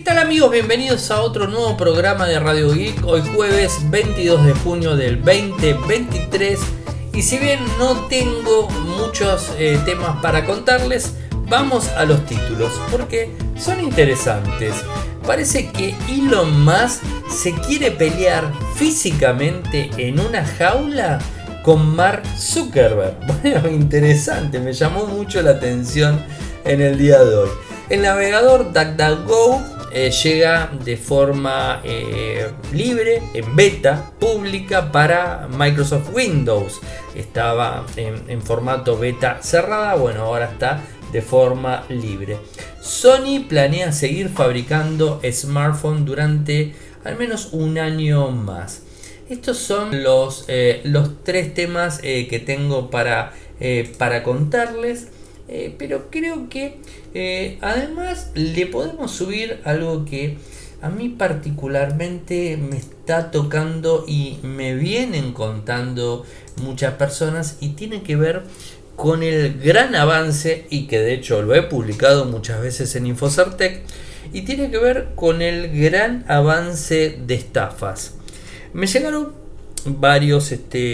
tal amigos? Bienvenidos a otro nuevo programa de Radio Geek. Hoy jueves 22 de junio del 2023. Y si bien no tengo muchos temas para contarles, vamos a los títulos porque son interesantes. Parece que Elon Musk se quiere pelear físicamente en una jaula con Mark Zuckerberg. Bueno, interesante, me llamó mucho la atención en el día de hoy. El navegador DuckDuckGo llega de forma libre, en beta pública para Microsoft Windows. Estaba en formato beta cerrada, bueno, ahora está de forma libre. Sony planea seguir fabricando smartphones durante al menos un año más. Estos son los tres temas que tengo para contarles. Pero creo que además le podemos subir algo que a mí particularmente me está tocando y me vienen contando muchas personas, y tiene que ver con el gran avance, y que de hecho lo he publicado muchas veces en Infocertec, y tiene que ver con el gran avance de estafas. Me llegaron varios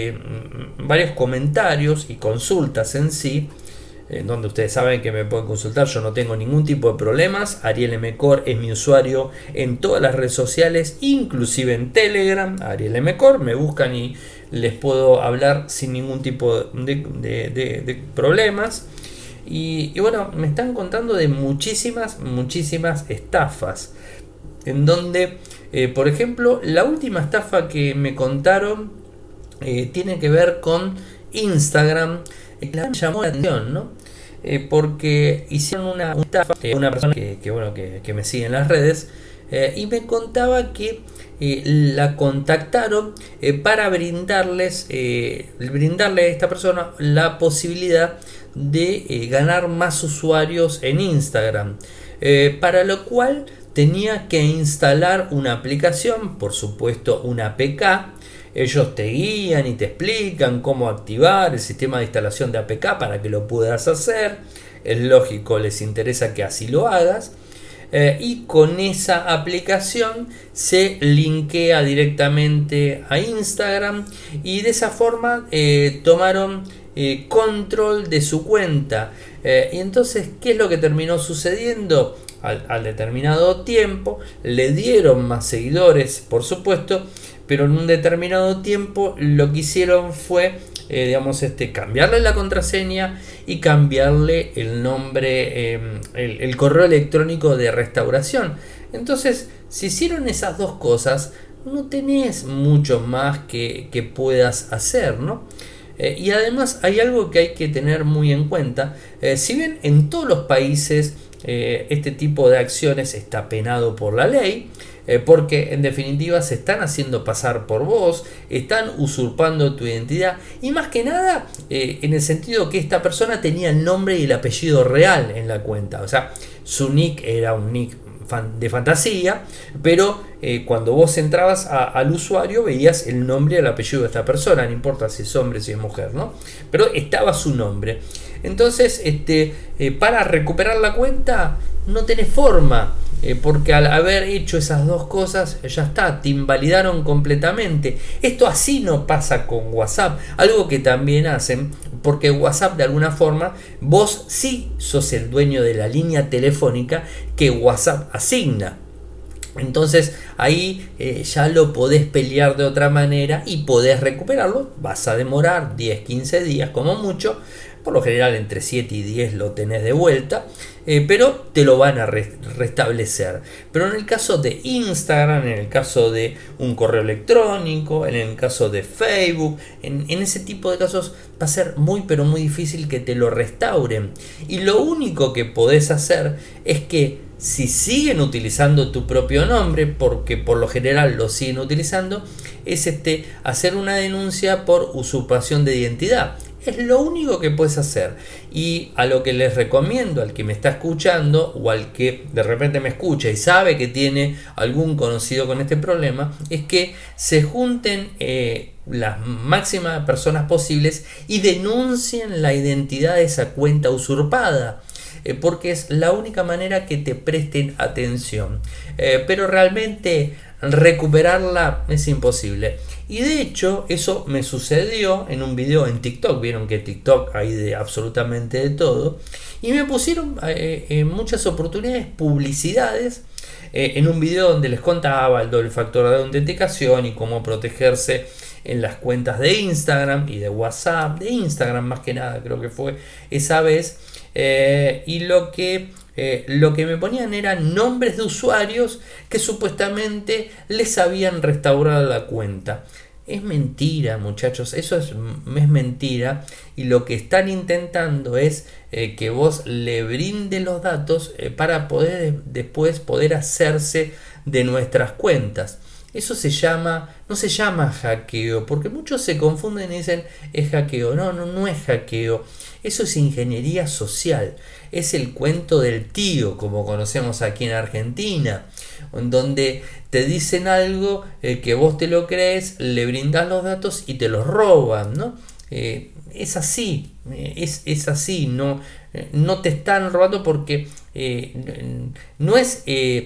comentarios y consultas en sí, donde ustedes saben que me pueden consultar. Yo no tengo ningún tipo de problemas. Ariel M. Cor es mi usuario en todas las redes sociales, inclusive en Telegram. Ariel M. Cor, me buscan y les puedo hablar sin ningún tipo de problemas. Y bueno, me están contando de muchísimas estafas, en donde, por ejemplo, la última estafa que me contaron tiene que ver con Instagram. Me llamó la atención, ¿no? Porque hicieron una estafa, una persona que me sigue en las redes, y me contaba que la contactaron para brindarle a esta persona la posibilidad de ganar más usuarios en Instagram, para lo cual tenía que instalar una aplicación, por supuesto una APK. Ellos te guían y te explican cómo activar el sistema de instalación de APK para que lo puedas hacer. Es lógico, les interesa que así lo hagas. Y con esa aplicación se linkea directamente a Instagram, y de esa forma tomaron control de su cuenta. Y entonces, ¿qué es lo que terminó sucediendo? Al determinado tiempo le dieron más seguidores, por supuesto, pero en un determinado tiempo lo que hicieron fue cambiarle la contraseña y cambiarle el nombre, el correo electrónico de restauración. Entonces, si hicieron esas dos cosas, no tenés mucho más que puedas hacer, ¿no? Y además hay algo que hay que tener muy en cuenta. Si bien en todos los países este tipo de acciones está penado por la ley, porque en definitiva se están haciendo pasar por vos, están usurpando tu identidad, y más que nada en el sentido que esta persona tenía el nombre y el apellido real en la cuenta. O sea, su nick era un nick de fantasía, pero cuando vos entrabas al usuario veías el nombre y el apellido de esta persona, no importa si es hombre, si es mujer, ¿no? Pero estaba su nombre. Entonces, para recuperar la cuenta no tenés forma, porque al haber hecho esas dos cosas, ya está, te invalidaron completamente. Esto así no pasa con WhatsApp, algo que también hacen, porque WhatsApp, de alguna forma, vos sí sos el dueño de la línea telefónica que WhatsApp asigna. Entonces ahí ya lo podés pelear de otra manera y podés recuperarlo. Vas a demorar 10-15 días como mucho. Por lo general entre 7 y 10 lo tenés de vuelta, pero te lo van a restablecer. Pero en el caso de Instagram, en el caso de un correo electrónico, en el caso de Facebook, en ese tipo de casos va a ser muy pero muy difícil que te lo restauren. Y lo único que podés hacer es que, si siguen utilizando tu propio nombre, porque por lo general lo siguen utilizando, es hacer una denuncia por usurpación de identidad. Es lo único que puedes hacer. Y a lo que les recomiendo al que me está escuchando, o al que de repente me escucha y sabe que tiene algún conocido con este problema, es que se junten las máximas personas posibles y denuncien la identidad de esa cuenta usurpada. porque es la única manera que te presten atención. Pero realmente recuperarla es imposible. Y de hecho eso me sucedió en un video en TikTok. Vieron que TikTok hay de absolutamente de todo. Y me pusieron en muchas oportunidades publicidades en un video donde les contaba el doble factor de autenticación y cómo protegerse en las cuentas de Instagram y de WhatsApp. De Instagram más que nada creo que fue esa vez. Y lo que me ponían eran nombres de usuarios que supuestamente les habían restaurado la cuenta. Es mentira, muchachos, eso es mentira, y lo que están intentando es que vos le brindes los datos para poder después poder hacerse de nuestras cuentas. Eso no se llama hackeo, porque muchos se confunden y dicen es hackeo. No es hackeo. Eso es ingeniería social. Es el cuento del tío, como conocemos aquí en Argentina, en donde te dicen algo que vos te lo crees, le brindas los datos y te los roban, ¿no? Es así, es así, no te están robando porque no es,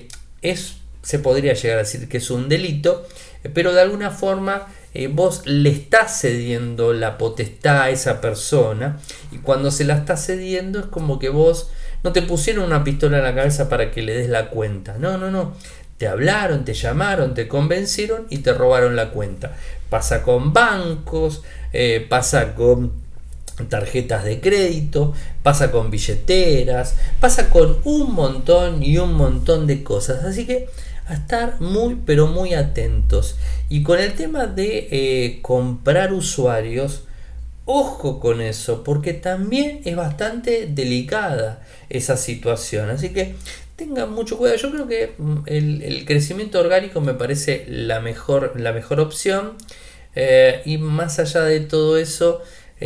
se podría llegar a decir que es un delito, pero de alguna forma vos le estás cediendo la potestad a esa persona, y cuando se la estás cediendo es como que vos no te pusieron una pistola en la cabeza para que le des la cuenta. No. Te hablaron, te llamaron, te convencieron y te robaron la cuenta. Pasa con bancos, pasa con tarjetas de crédito, pasa con billeteras, pasa con un montón de cosas. Así que a estar muy pero muy atentos. Y con el tema de comprar usuarios, ojo con eso, porque también es bastante delicada esa situación. Así que tengan mucho cuidado. Yo creo que el crecimiento orgánico me parece la mejor opción. Y más allá de todo eso,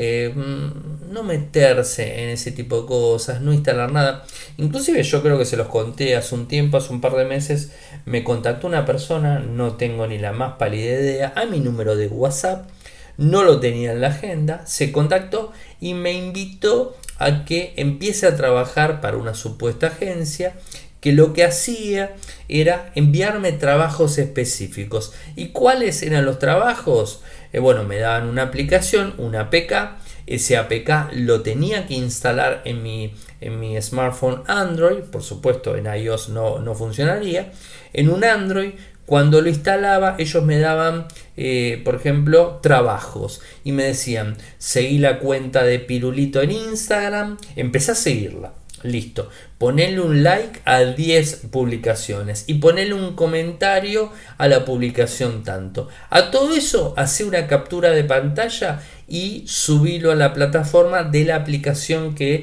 no meterse en ese tipo de cosas, no instalar nada. Inclusive yo creo que se los conté hace un par de meses, me contactó una persona, no tengo ni la más pálida idea, a mi número de WhatsApp, no lo tenía en la agenda, se contactó y me invitó a que empiece a trabajar para una supuesta agencia que lo que hacía era enviarme trabajos específicos. ¿Y cuáles eran los trabajos? Bueno, me daban una aplicación, una APK. Ese APK lo tenía que instalar en mi smartphone Android. Por supuesto, en iOS no funcionaría. En un Android, cuando lo instalaba, ellos me daban, por ejemplo, trabajos. Y me decían, seguí la cuenta de Pirulito en Instagram. Empecé a seguirla. Listo, ponele un like a 10 publicaciones y ponele un comentario a la publicación tanto. A todo eso, hace una captura de pantalla y subilo a la plataforma de la aplicación que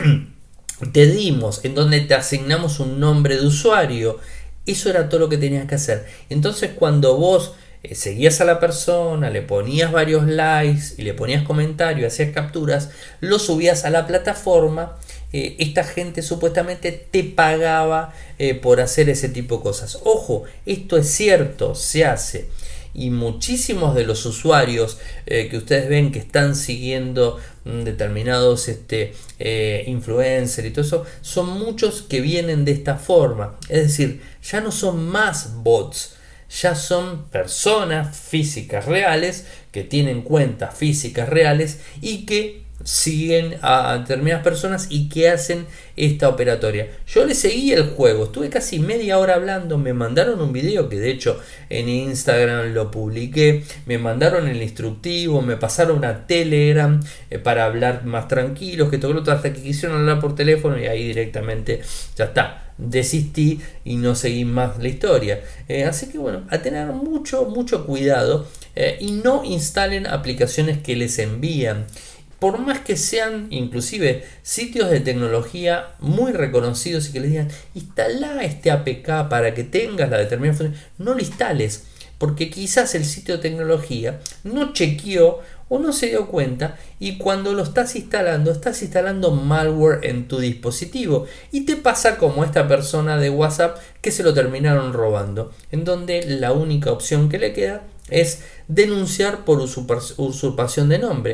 te dimos, en donde te asignamos un nombre de usuario. Eso era todo lo que tenías que hacer. Entonces, cuando vos seguías a la persona, le ponías varios likes y le ponías comentarios, hacías capturas, lo subías a la plataforma. Esta gente supuestamente te pagaba por hacer ese tipo de cosas. Ojo, esto es cierto, se hace. Y muchísimos de los usuarios que ustedes ven que están siguiendo determinados influencers y todo eso, son muchos que vienen de esta forma. Es decir, ya no son más bots, ya son personas físicas reales que tienen cuentas físicas reales y que siguen a determinadas personas y que hacen esta operatoria. Yo le seguí el juego, estuve casi media hora hablando, me mandaron un video que de hecho en Instagram lo publiqué, me mandaron el instructivo, me pasaron a Telegram para hablar más tranquilos, que todo lo otro, hasta que quisieron hablar por teléfono y ahí directamente ya está, desistí y no seguí más la historia. Así que bueno, a tener mucho cuidado y no instalen aplicaciones que les envían. Por más que sean inclusive sitios de tecnología muy reconocidos y que les digan instala este APK para que tengas la determinada función, no lo instales, porque quizás el sitio de tecnología no chequeó o no se dio cuenta y cuando lo estás instalando malware en tu dispositivo y te pasa como esta persona de WhatsApp que se lo terminaron robando, en donde la única opción que le queda es denunciar por usurpación de nombre.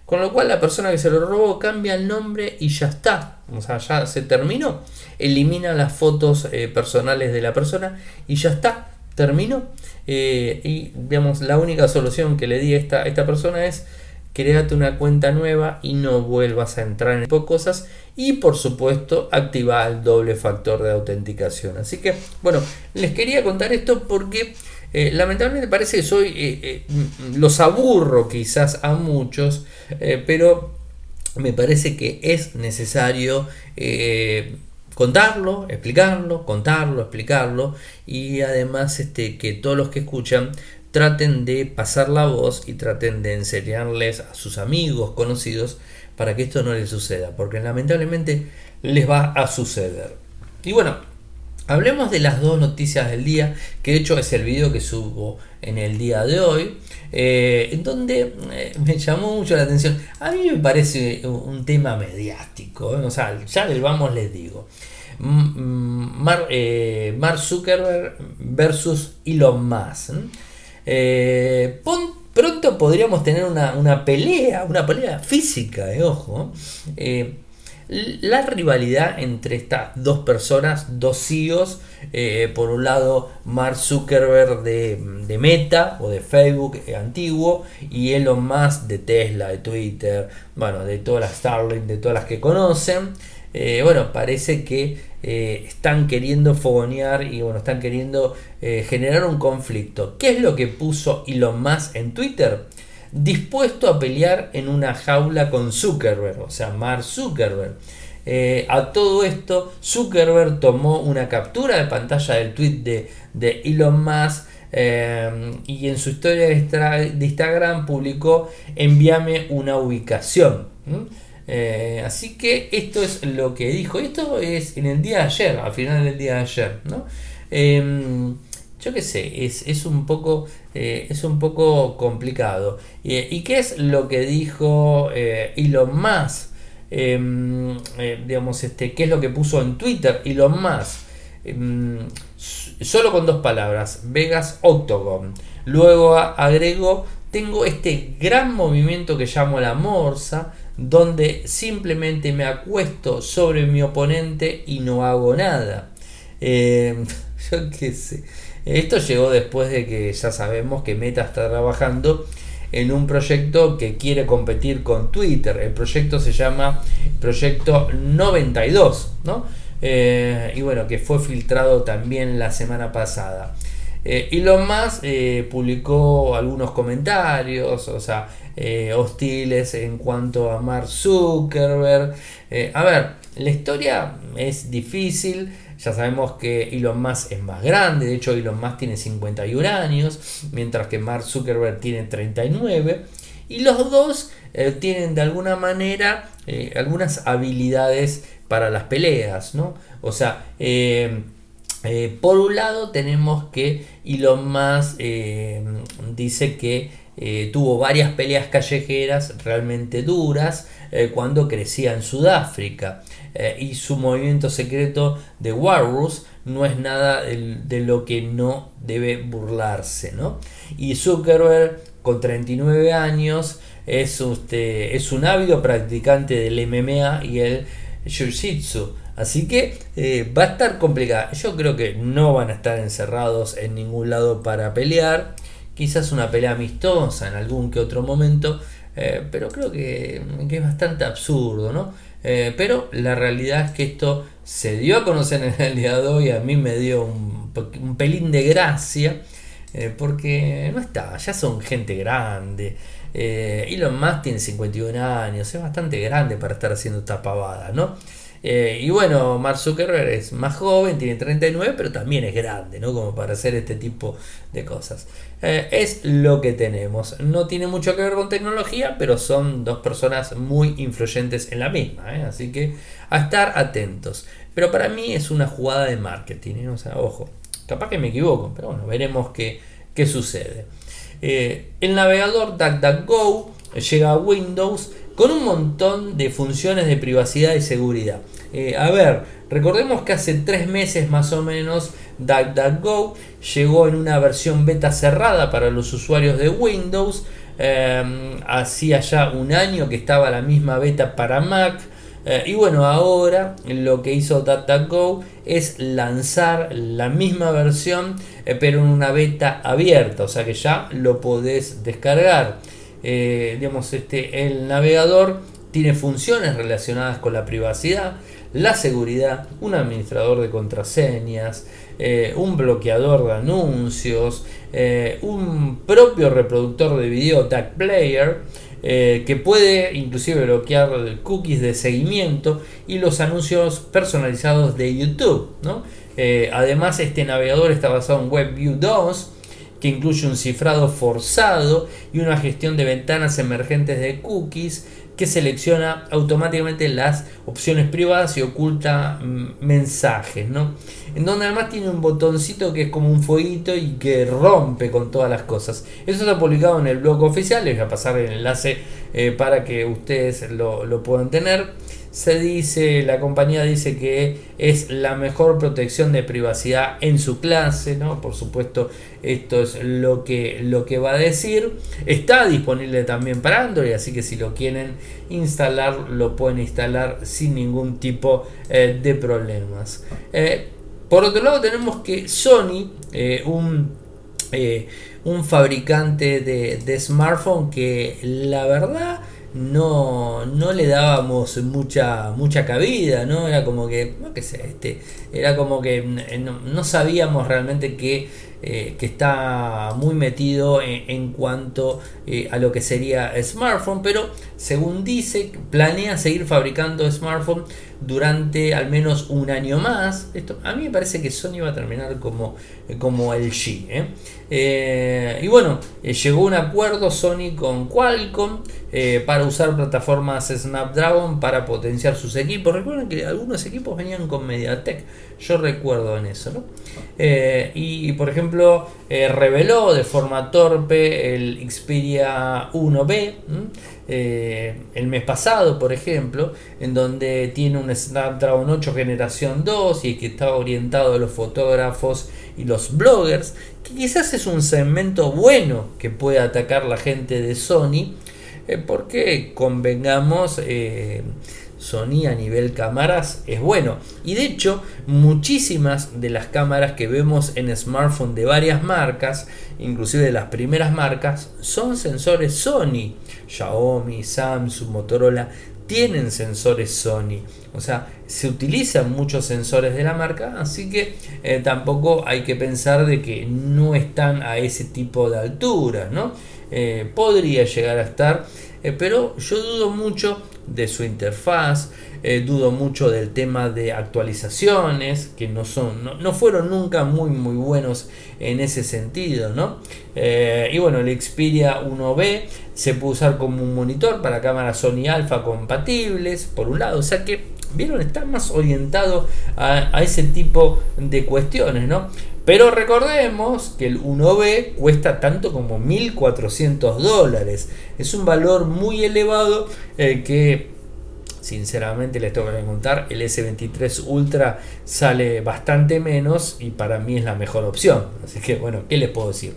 Con lo cual la persona que se lo robó cambia el nombre y ya está. O sea, ya se terminó. Elimina las fotos personales de la persona y ya está. Terminó. Y digamos, la única solución que le di a esta persona es: créate una cuenta nueva y no vuelvas a entrar en cosas. Y por supuesto, activa el doble factor de autenticación. Así que, bueno, les quería contar esto porque lamentablemente parece que los aburro quizás a muchos, pero me parece que es necesario contarlo, explicarlo, y además que todos los que escuchan traten de pasar la voz y traten de enseñarles a sus amigos, conocidos, para que esto no les suceda, porque lamentablemente les va a suceder. Y bueno, hablemos de las dos noticias del día, que de hecho es el video que subo en el día de hoy, en donde me llamó mucho la atención. A mí me parece un tema mediático, o sea, ya les digo. Mark Zuckerberg versus Elon Musk. Pronto podríamos tener una pelea física, ojo. La rivalidad entre estas dos personas, dos CEOs, por un lado Mark Zuckerberg de Meta o de Facebook antiguo, y Elon Musk de Tesla, de Twitter, bueno, de todas las Starlink, de todas las que conocen. Bueno, parece que están queriendo fogonear y bueno, están queriendo generar un conflicto. ¿Qué es lo que puso Elon Musk en Twitter? Dispuesto a pelear en una jaula con Zuckerberg, o sea, Mark Zuckerberg. A todo esto, Zuckerberg tomó una captura de pantalla del tweet de Elon Musk, y en su historia de Instagram publicó: envíame una ubicación. Así que esto es lo que dijo. Esto es en el día de ayer, al final del día de ayer, ¿no? Yo qué sé, es un poco complicado. ¿Y qué es lo que dijo Elon Musk? Digamos, ¿qué es lo que puso en Twitter Elon Musk? Solo con dos palabras: Vegas Octagon. Luego agregó: tengo este gran movimiento que llamo la morsa, donde simplemente me acuesto sobre mi oponente y no hago nada. Yo qué sé. Esto llegó después de que ya sabemos que Meta está trabajando en un proyecto que quiere competir con Twitter. El proyecto se llama Proyecto 92, ¿no? Y bueno, que fue filtrado también la semana pasada. Elon Musk publicó algunos comentarios, o sea, hostiles en cuanto a Mark Zuckerberg. A ver, la historia es difícil. Ya sabemos que Elon Musk es más grande. De hecho, Elon Musk tiene 51 años, mientras que Mark Zuckerberg tiene 39. Y los dos tienen de alguna manera algunas habilidades para las peleas, ¿no? O sea, por un lado tenemos que Elon Musk dice que tuvo varias peleas callejeras realmente duras cuando crecía en Sudáfrica, y su movimiento secreto de Walrus no es nada de lo que no debe burlarse, ¿no? Y Zuckerberg, con 39 años, es un ávido practicante del MMA y el Jiu-Jitsu. Así que va a estar complicada. Yo creo que no van a estar encerrados en ningún lado para pelear. Quizás una pelea amistosa en algún que otro momento, pero creo que es bastante absurdo, ¿no? Pero la realidad es que esto se dio a conocer en el día de hoy. A mí me dio un pelín de gracia, porque no está, ya son gente grande. Elon Musk tiene 51 años, es bastante grande para estar haciendo esta pavada, ¿no? Y bueno, Mark Zuckerberg es más joven, tiene 39, pero también es grande, ¿no? Como para hacer este tipo de cosas. Es lo que tenemos. No tiene mucho que ver con tecnología, pero son dos personas muy influyentes en la misma, ¿eh? Así que a estar atentos. Pero para mí es una jugada de marketing, ¿eh? O sea, ojo, capaz que me equivoco, pero bueno, veremos qué sucede. El navegador DuckDuckGo llega a Windows con un montón de funciones de privacidad y seguridad. A ver, recordemos que hace 3 meses más o menos DuckDuckGo llegó en una versión beta cerrada para los usuarios de Windows, hacía ya un año que estaba la misma beta para Mac. Y bueno, ahora lo que hizo DuckDuckGo es lanzar la misma versión, pero en una beta abierta, o sea que ya lo podés descargar. El navegador tiene funciones relacionadas con la privacidad, la seguridad, un administrador de contraseñas, un bloqueador de anuncios, un propio reproductor de video DuckPlayer, que puede inclusive bloquear cookies de seguimiento y los anuncios personalizados de YouTube, ¿no? Además, este navegador está basado en WebView 2, que incluye un cifrado forzado y una gestión de ventanas emergentes de cookies, que selecciona automáticamente las opciones privadas y oculta mensajes, ¿no? En donde además tiene un botoncito que es como un fueguito y que rompe con todas las cosas. Eso está publicado en el blog oficial, les voy a pasar el enlace para que ustedes lo puedan tener. La compañía dice que es la mejor protección de privacidad en su clase, ¿no? Por supuesto, esto es lo que va a decir. Está disponible también para Android, así que si lo quieren instalar, lo pueden instalar sin ningún tipo de problemas. Por otro lado, tenemos que Sony, un fabricante de smartphone que la verdad no le dábamos mucha cabida, ¿no? Era como que, no, qué sé, era como que no sabíamos realmente que está muy metido en cuanto a lo que sería smartphone, pero según dice, planea seguir fabricando smartphone durante al menos un año más. Esto, a mí me parece que Sony va a terminar como LG, y bueno, llegó un acuerdo Sony con Qualcomm para usar plataformas Snapdragon para potenciar sus equipos. Recuerden que algunos equipos venían con MediaTek, yo recuerdo en eso, ¿no? Y por ejemplo, reveló de forma torpe el Xperia 1B el mes pasado, por ejemplo, en donde tiene un Snapdragon 8 generación 2 y que está orientado a los fotógrafos y los bloggers, que quizás es un segmento bueno que puede atacar la gente de Sony, porque convengamos, Sony a nivel cámaras es bueno, y de hecho muchísimas de las cámaras que vemos en smartphone de varias marcas, inclusive de las primeras marcas, son sensores Sony. Xiaomi, Samsung, Motorola tienen sensores Sony, o sea, se utilizan muchos sensores de la marca, así que tampoco hay que pensar de que no están a ese tipo de altura, ¿no? Podría llegar a estar, pero yo dudo mucho de su interfaz, dudo mucho del tema de actualizaciones, que no fueron nunca muy buenos en ese sentido, ¿no? Y bueno, el Xperia 1B se puede usar como un monitor para cámaras Sony Alpha compatibles, por un lado, o sea que, vieron, está más orientado a ese tipo de cuestiones, ¿no? Pero recordemos que el 1B cuesta tanto como $1.400. Es un valor muy elevado, que sinceramente les tengo que contar, el S23 Ultra sale bastante menos y para mí es la mejor opción. Así que bueno, ¿qué les puedo decir?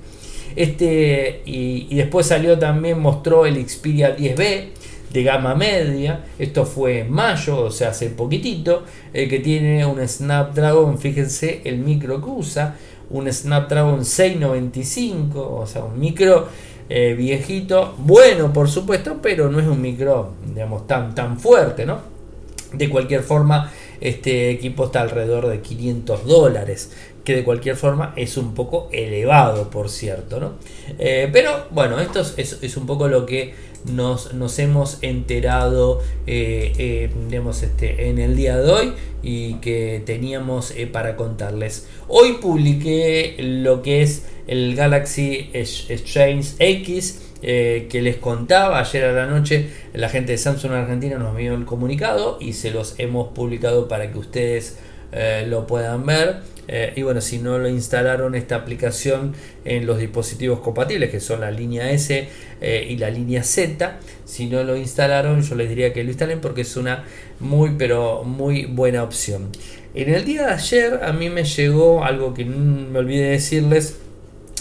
Y después mostró el Xperia 10B de gama media. Esto fue en mayo, o sea, hace poquitito, que tiene un Snapdragon, fíjense el micro que usa, un Snapdragon 695, o sea, un micro viejito, bueno, por supuesto, pero no es un micro, digamos, tan fuerte, ¿no? De cualquier forma, este equipo está alrededor de $500, que de cualquier forma es un poco elevado, por cierto, ¿no? Pero bueno, esto es un poco lo que nos hemos enterado, digamos, en el día de hoy, y que teníamos para contarles. Hoy publiqué lo que es el Galaxy Exchange X, que les contaba ayer a la noche. La gente de Samsung Argentina nos envió el comunicado y se los hemos publicado para que ustedes lo puedan ver. Y bueno, si no lo instalaron, esta aplicación en los dispositivos compatibles, que son la línea S y la línea Z, si no lo instalaron, yo les diría que lo instalen, porque es una muy buena opción. En el día de ayer a mí me llegó algo que me olvidé decirles,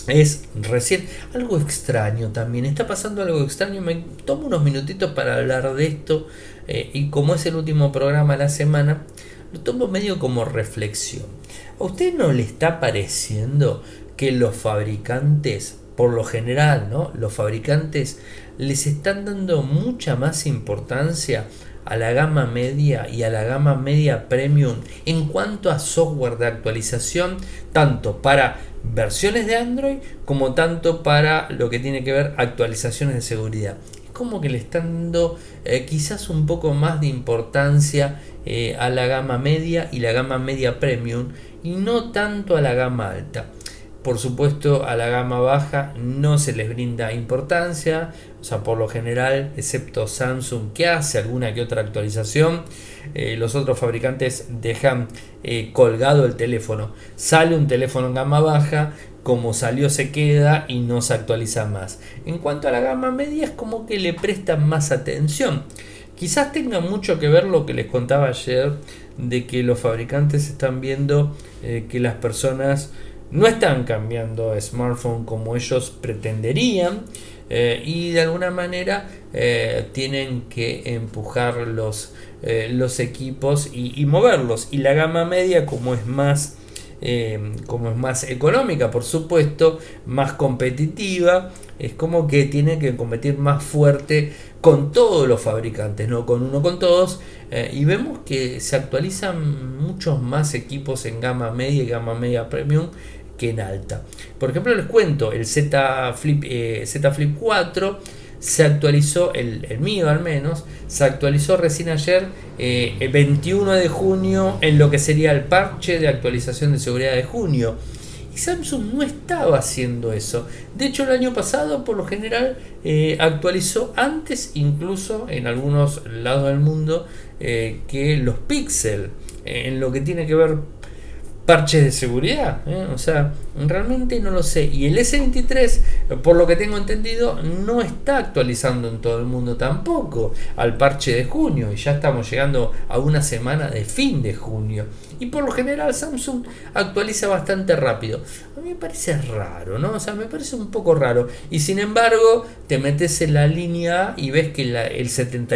es recién algo extraño también. Está pasando algo extraño. Me tomo unos minutitos para hablar de esto. Y como es el último programa de la semana, lo tomo medio como reflexión. ¿A usted no le está pareciendo que los fabricantes, por lo general, ¿no? Los fabricantes les están dando mucha más importancia a la gama media y a la gama media premium en cuanto a software de actualización, tanto para versiones de Android como tanto para lo que tiene que ver actualizaciones de seguridad? Es como que le están dando quizás un poco más de importancia a la gama media y la gama media premium y no tanto a la gama alta. Por supuesto, a la gama baja no se les brinda importancia, o sea, por lo general, excepto Samsung, que hace alguna que otra actualización, los otros fabricantes dejan colgado el teléfono. Sale un teléfono en gama baja, como salió se queda y no se actualiza más. En cuanto a la gama media, es como que le prestan más atención. Quizás tenga mucho que ver lo que les contaba ayer, de que los fabricantes están viendo que las personas no están cambiando a smartphone como ellos pretenderían, y de alguna manera tienen que empujar los equipos y moverlos. Y la gama media, como es más económica, por supuesto, más competitiva, es como que tiene que competir más fuerte con todos los fabricantes, no con uno, con todos. Y vemos que se actualizan muchos más equipos en gama media y gama media premium que en alta. Por ejemplo, les cuento, el Z Flip 4 se actualizó, el mío al menos, se actualizó recién ayer, el 21 de junio, en lo que sería el parche de actualización de seguridad de junio. Y Samsung no estaba haciendo eso. De hecho, el año pasado, por lo general, actualizó antes, incluso en algunos lados del mundo, que los Pixel, en lo que tiene que ver parches de seguridad, o sea, realmente no lo sé. Y el S23, por lo que tengo entendido, no está actualizando en todo el mundo tampoco al parche de junio, y ya estamos llegando a una semana de fin de junio. Y por lo general Samsung actualiza bastante rápido. A mí me parece raro, ¿no? O sea, me parece un poco raro. Y sin embargo, te metes en la línea A y ves que el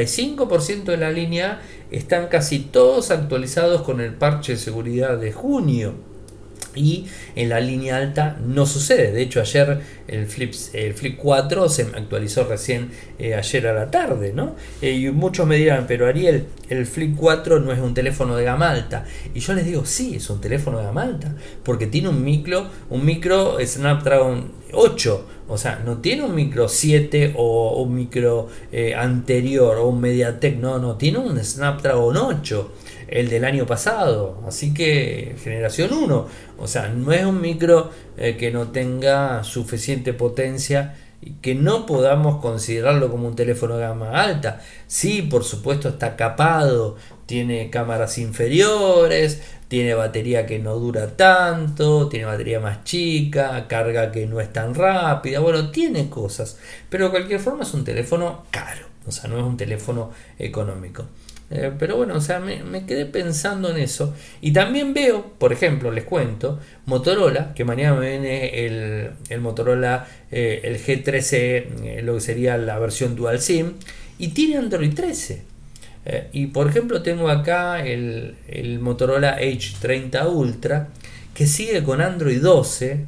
75% de la línea A están casi todos actualizados con el parche de seguridad de junio. Y en la línea alta no sucede. De hecho, ayer el Flip 4 se actualizó recién ayer a la tarde, ¿no? Y muchos me dirán, pero Ariel, el Flip 4 no es un teléfono de gama alta. Y yo les digo, sí, es un teléfono de gama alta, porque tiene un micro Snapdragon 8. O sea, no tiene un micro 7 o un micro anterior o un MediaTek. No, tiene un Snapdragon 8, el del año pasado, así que generación 1. O sea, no es un micro que no tenga suficiente potencia y que no podamos considerarlo como un teléfono de gama alta. Sí, por supuesto, está capado, tiene cámaras inferiores, tiene batería que no dura tanto, tiene batería más chica, carga que no es tan rápida, bueno, tiene cosas, pero de cualquier forma es un teléfono caro, o sea, no es un teléfono económico. Pero bueno, o sea, me quedé pensando en eso. Y también veo, por ejemplo, les cuento, Motorola, que mañana me viene el Motorola, el G13, lo que sería la versión Dual SIM, y tiene Android 13. Y por ejemplo tengo acá el Motorola Edge 30 Ultra, que sigue con Android 12,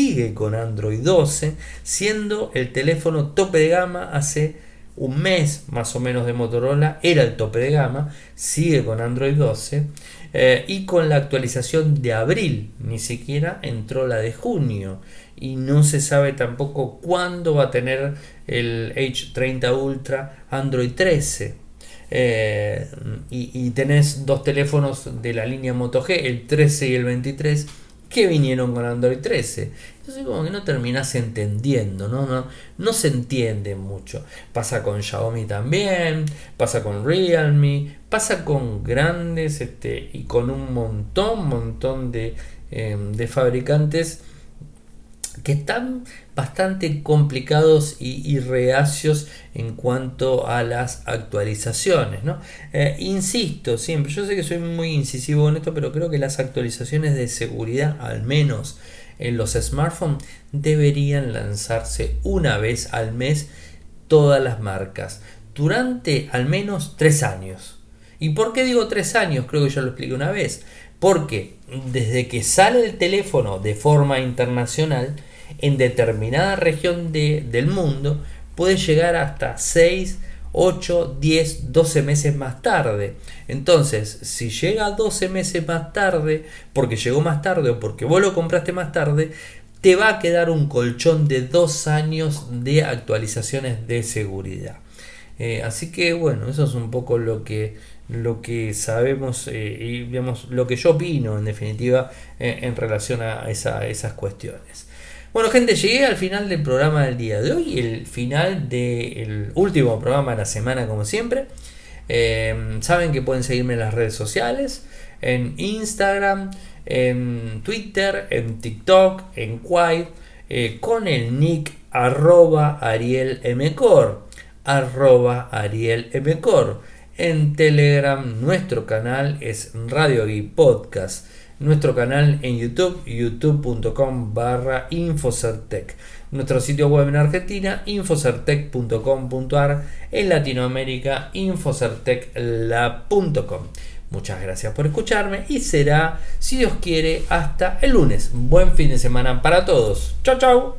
siendo el teléfono tope de gama hace un mes más o menos de Motorola, era el tope de gama, sigue con Android 12, y con la actualización de abril, ni siquiera entró la de junio, y no se sabe tampoco cuándo va a tener el Edge 30 Ultra Android 13. Y tenés dos teléfonos de la línea Moto G, el 13 y el 23, que vinieron con Android 13. Entonces como que no terminás entendiendo, no se entiende mucho. Pasa con Xiaomi también, pasa con Realme, pasa con grandes y con un montón de fabricantes que están bastante complicados y reacios en cuanto a las actualizaciones, ¿no? Insisto siempre, yo sé que soy muy incisivo en esto, pero creo que las actualizaciones de seguridad, al menos en los smartphones, deberían lanzarse una vez al mes todas las marcas durante al menos 3 años. ¿Y por qué digo 3 años? Creo que ya lo expliqué una vez. Porque desde que sale el teléfono de forma internacional, en determinada región del mundo, puede llegar hasta 6, 8, 10, 12 meses más tarde. Entonces, si llega 12 meses más tarde, porque llegó más tarde o porque vos lo compraste más tarde, te va a quedar un colchón de 2 años de actualizaciones de seguridad. Así que bueno, eso es un poco lo que sabemos y digamos, lo que yo opino en definitiva en relación a esas cuestiones. Bueno, gente, llegué al final del programa del día de hoy, el final del último programa de la semana como siempre. Saben que pueden seguirme en las redes sociales, en Instagram, en Twitter, en TikTok, en Quai, con el nick @ArielMcor, @ArielMcor. En Telegram nuestro canal es Radio Geek Podcast. Nuestro canal en YouTube, youtube.com/Infocertec. Nuestro sitio web en Argentina, infocertec.com.ar. En Latinoamérica, infocertecla.com. Muchas gracias por escucharme y será, si Dios quiere, hasta el lunes. Buen fin de semana para todos. Chau, chau.